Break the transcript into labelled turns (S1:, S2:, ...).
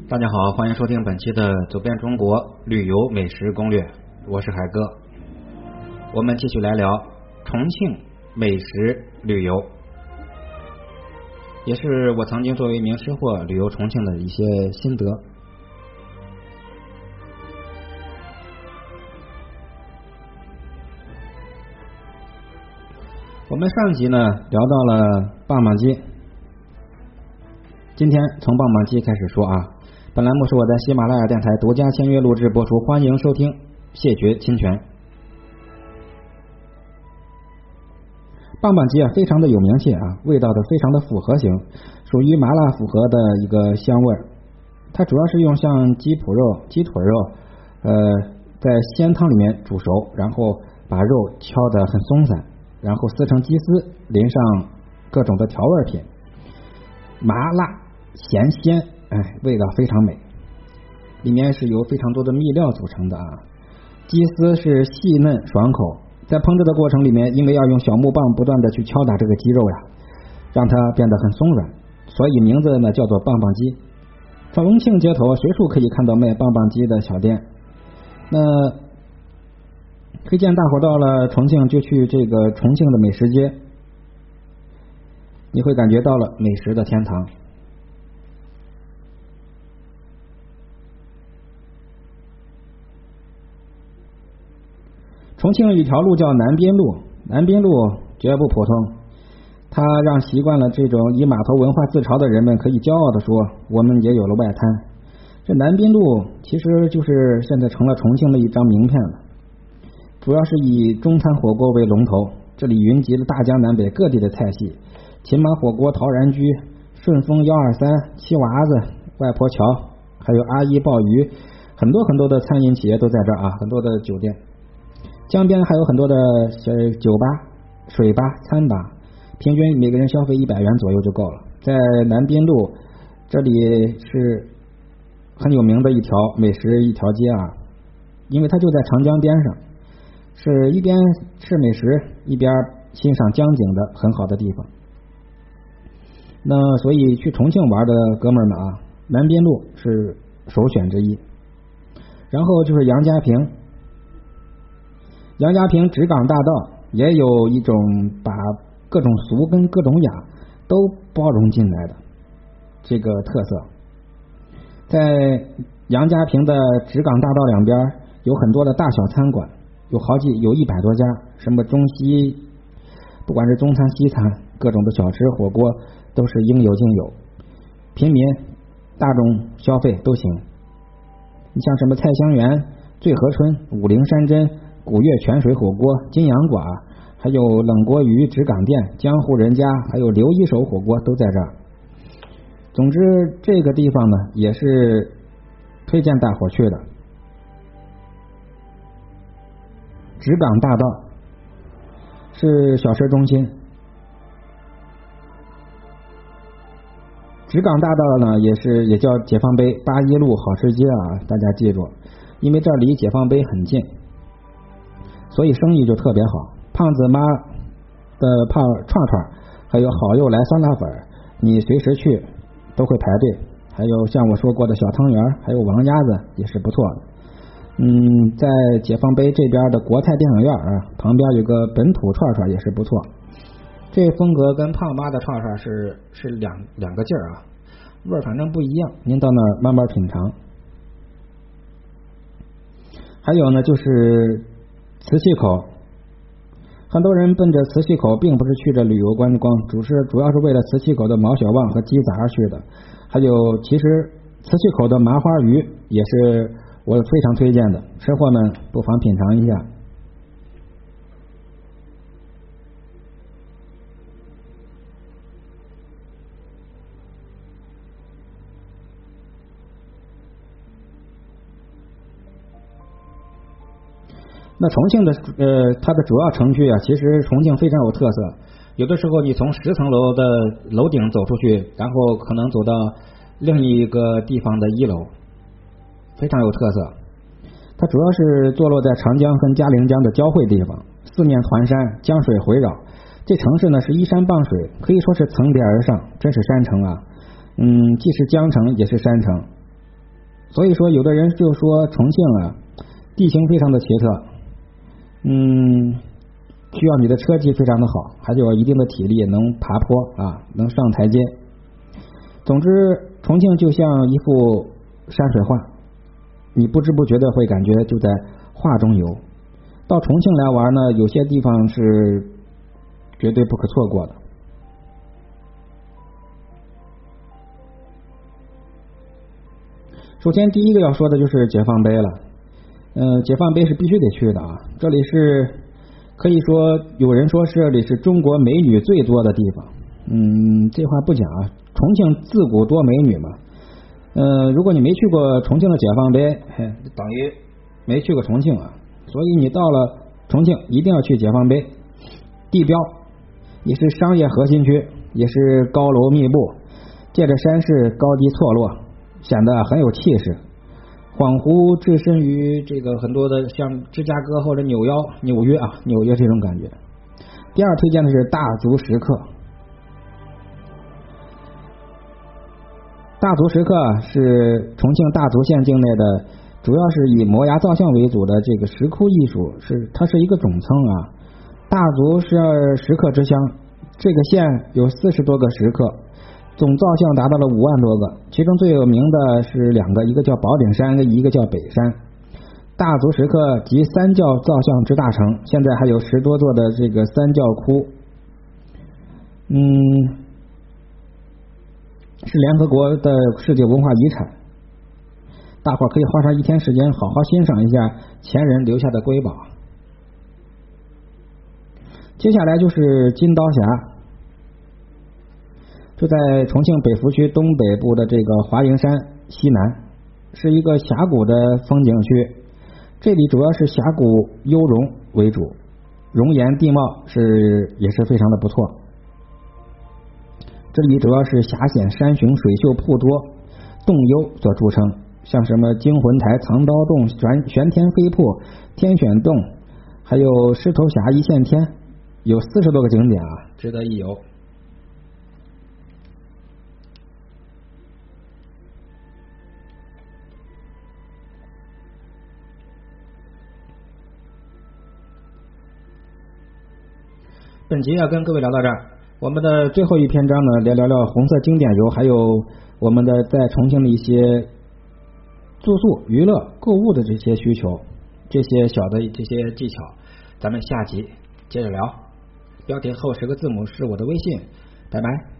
S1: 大家好，欢迎收听本期的走遍中国旅游美食攻略，我是海哥。我们继续来聊重庆美食旅游，也是我曾经作为一名吃货旅游重庆的一些心得。我们上集呢聊到了棒棒鸡，今天从棒棒鸡开始说啊。本栏目是我在喜马拉雅电台独家签约录制播出，欢迎收听，谢绝侵权。棒棒鸡啊，非常的有名气啊，味道的非常的复合型，属于麻辣复合的一个香味。它主要是用像鸡脯肉、鸡腿肉，在鲜汤里面煮熟，然后把肉敲得很松散，然后撕成鸡丝，淋上各种的调味品，麻辣咸鲜。味道非常美，里面是由非常多的秘料组成的啊。鸡丝是细嫩爽口，在烹制的过程里面，因为要用小木棒不断的去敲打这个鸡肉呀，让它变得很松软，所以名字呢叫做棒棒鸡。重庆街头随处可以看到卖棒棒鸡的小店，那推荐大伙到了重庆就去这个重庆的美食街，你会感觉到了美食的天堂。重庆有一条路叫南滨路，南滨路绝不普通，它让习惯了这种以码头文化自嘲的人们可以骄傲地说，我们也有了外滩。这南滨路其实就是现在成了重庆的一张名片了，主要是以中餐火锅为龙头，这里云集了大江南北各地的菜系，秦麻火锅、陶然居、顺丰123、七娃子、外婆桥，还有阿一鲍鱼，很多很多的餐饮企业都在这儿啊，很多的酒店。江边还有很多的酒吧、水吧、餐吧，平均每个人消费100元左右就够了。在南滨路这里是很有名的一条美食一条街啊，因为它就在长江边上，是一边吃美食一边欣赏江景的很好的地方。那所以去重庆玩的哥们儿们啊，南滨路是首选之一。然后就是杨家坪。杨家坪直港大道也有一种把各种俗跟各种雅都包容进来的这个特色。在杨家坪的直港大道两边有很多的大小餐馆，有100多家，什么中西，不管是中餐西餐，各种的小吃火锅都是应有尽有，平民大众消费都行。你像什么菜香园、醉和春、武陵山珍、古月泉水火锅、金阳馆，还有冷锅鱼、直港店、江湖人家，还有刘一手火锅都在这儿。总之这个地方呢也是推荐大伙去的。直港大道是小吃中心，直港大道呢也叫解放碑81路好吃街啊，大家记住，因为这离解放碑很近，所以生意就特别好。胖子妈的串串，还有好又来酸辣粉，你随时去都会排队。还有像我说过的小汤圆，还有王鸭子也是不错的。在解放碑这边的国泰电影院啊，旁边有个本土串串也是不错。这风格跟胖妈的串串是两个劲儿啊，味儿反正不一样，您到那儿慢慢品尝。还有呢就是磁器口，很多人奔着磁器口并不是去这旅游观光，主要是为了磁器口的毛小旺和鸡杂而去的。还有其实磁器口的麻花鱼也是我非常推荐的，吃货们不妨品尝一下。那重庆的它的主要城区啊，其实重庆非常有特色。有的时候你从10层楼的楼顶走出去，然后可能走到另一个地方的1楼，非常有特色。它主要是坐落在长江跟嘉陵江的交汇地方，四面环山，江水回绕。这城市呢是依山傍水，可以说是层叠而上，真是山城啊。既是江城也是山城。 所以说有的人就说重庆啊地形非常的奇特，需要你的车技非常的好，还有一定的体力，能爬坡啊，能上台阶。总之重庆就像一幅山水画，你不知不觉的会感觉就在画中游。到重庆来玩呢，有些地方是绝对不可错过的。首先第一个要说的就是解放碑了。解放碑是必须得去的啊，这里是可以说有人说这里是中国美女最多的地方。这话不讲啊，重庆自古多美女嘛。如果你没去过重庆的解放碑，等于没去过重庆啊。所以你到了重庆一定要去解放碑，地标也是商业核心区，也是高楼密布，借着山势高低错落，显得很有气势，恍惚置身于这个很多的像芝加哥或者纽约这种感觉。第二推荐的是大足石刻。大足石刻是重庆大足县境内的，主要是以摩崖造像为主的这个石窟艺术，它是一个总称啊。大足是石刻之乡，这个县有40多个石刻，总造像达到了5万多个，其中最有名的是2个，一个叫宝顶山，一个叫北山。大足石刻集三教造像之大成，现在还有10多座的这个三教窟。是联合国的世界文化遗产，大伙可以花上1天时间好好欣赏一下前人留下的瑰宝。接下来就是金刀峡，就在重庆北服区东北部的这个华蓥山西南，是一个峡谷的风景区。这里主要是峡谷幽溶为主，熔岩地貌也是非常的不错。这里主要是峡险山雄，水秀瀑多，洞幽所著称，像什么惊魂台、藏刀洞、玄天飞瀑、天选洞，还有狮头峡一线天，有40多个景点啊，值得一游。本集跟各位聊到这儿，我们的最后一篇章呢，聊聊红色经典游，还有我们的在重庆的一些住宿、娱乐、购物的这些需求，这些小的这些技巧，咱们下集接着聊。标题后10个字母是我的微信，拜拜。